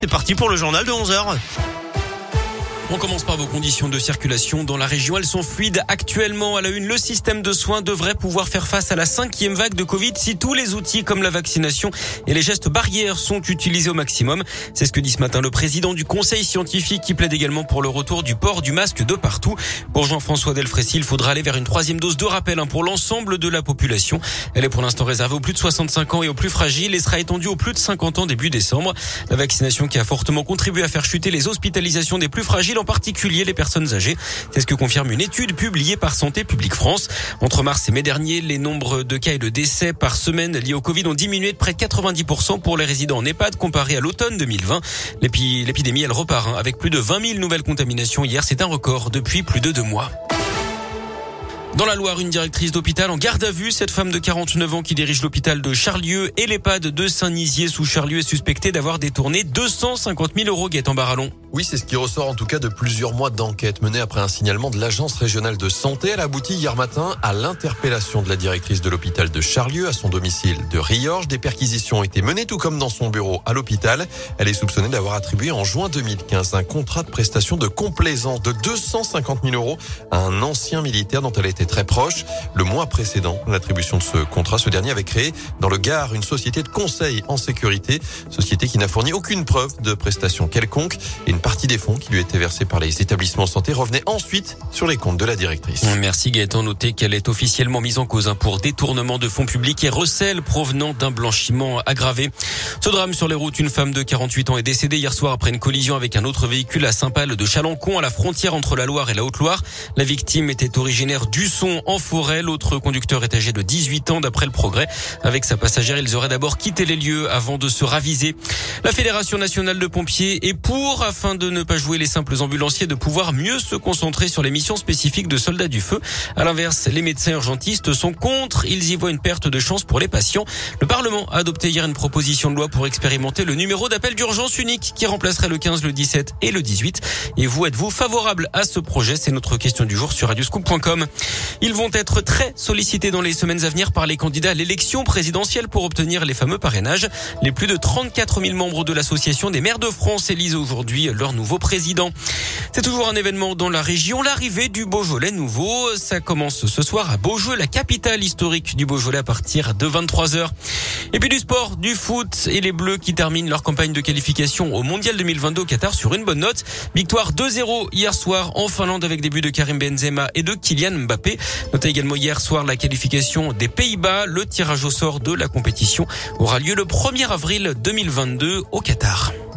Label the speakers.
Speaker 1: C'est parti pour le journal de 11h.
Speaker 2: On commence par vos conditions de circulation dans la région. Elles sont fluides actuellement. À la une, le système de soins devrait pouvoir faire face à la 5e vague de Covid si tous les outils comme la vaccination et les gestes barrières sont utilisés au maximum. C'est ce que dit ce matin le président du conseil scientifique qui plaide également pour le retour du port du masque de partout. Pour Jean-François Delfrécy, il faudra aller vers une 3e dose de rappel pour l'ensemble de la population. Elle est pour l'instant réservée aux plus de 65 ans et aux plus fragiles et sera étendue aux plus de 50 ans début décembre. La vaccination qui a fortement contribué à faire chuter les hospitalisations des plus fragiles, en particulier les personnes âgées. C'est ce que confirme une étude publiée par Santé publique France. Entre mars et mai dernier, les nombres de cas et de décès par semaine liés au Covid ont diminué de près de 90% pour les résidents en EHPAD comparé à l'automne 2020. L'épidémie, elle repart avec plus de 20 000 nouvelles contaminations hier. C'est un record depuis plus de 2 mois. Dans la Loire, une directrice d'hôpital en garde à vue. Cette femme de 49 ans qui dirige l'hôpital de Charlieu et l'EHPAD de Saint-Nizier sous Charlieu est suspectée d'avoir détourné 250 000 euros. Gaëtan Barallon.
Speaker 3: Oui, c'est ce qui ressort en tout cas de plusieurs mois d'enquête menée après un signalement de l'Agence régionale de santé. Elle a abouti hier matin à l'interpellation de la directrice de l'hôpital de Charlieu à son domicile de Riorges. Des perquisitions ont été menées tout comme dans son bureau à l'hôpital. Elle est soupçonnée d'avoir attribué en juin 2015 un contrat de prestation de complaisance de 250 000 euros à un ancien militaire dont elle était très proche. Le mois précédent, l'attribution de ce contrat, ce dernier avait créé dans le Gard une société de conseil en sécurité, société qui n'a fourni aucune preuve de prestation quelconque, et une partie des fonds qui lui étaient versés par les établissements de santé revenait ensuite sur les comptes de la directrice.
Speaker 2: Merci Gaëtan. Notez qu'elle est officiellement mise en cause pour détournement de fonds publics et recel provenant d'un blanchiment aggravé. Ce drame sur les routes, une femme de 48 ans est décédée hier soir après une collision avec un autre véhicule à Saint-Pal de Chalancon, à la frontière entre la Loire et la Haute-Loire. La victime était originaire d'Usson en forêt. L'autre conducteur est âgé de 18 ans d'après le Progrès. Avec sa passagère, ils auraient d'abord quitté les lieux avant de se raviser. La Fédération nationale de pompiers est pour, afin de ne pas jouer les simples ambulanciers, de pouvoir mieux se concentrer sur les missions spécifiques de soldats du feu. À l'inverse, les médecins urgentistes sont contre. Ils y voient une perte de chance pour les patients. Le Parlement a adopté hier une proposition de loi pour expérimenter le numéro d'appel d'urgence unique qui remplacerait le 15, le 17 et le 18. Et vous, êtes-vous favorable à ce projet? C'est notre question du jour sur radioscoop.com. Ils vont être très sollicités dans les semaines à venir par les candidats à l'élection présidentielle pour obtenir les fameux parrainages. Les plus de 34 000 membres de l'association des maires de France élisent aujourd'hui leur nouveau président. C'est toujours un événement dans la région, l'arrivée du Beaujolais nouveau. Ça commence ce soir à Beaujeu, la capitale historique du Beaujolais, à partir de 23h. Et puis du sport, du foot et les Bleus qui terminent leur campagne de qualification au Mondial 2022 au Qatar sur une bonne note. Victoire 2-0 hier soir en Finlande avec des buts de Karim Benzema et de Kylian Mbappé. Notez également hier soir la qualification des Pays-Bas. Le tirage au sort de la compétition aura lieu le 1er avril 2022 au Qatar.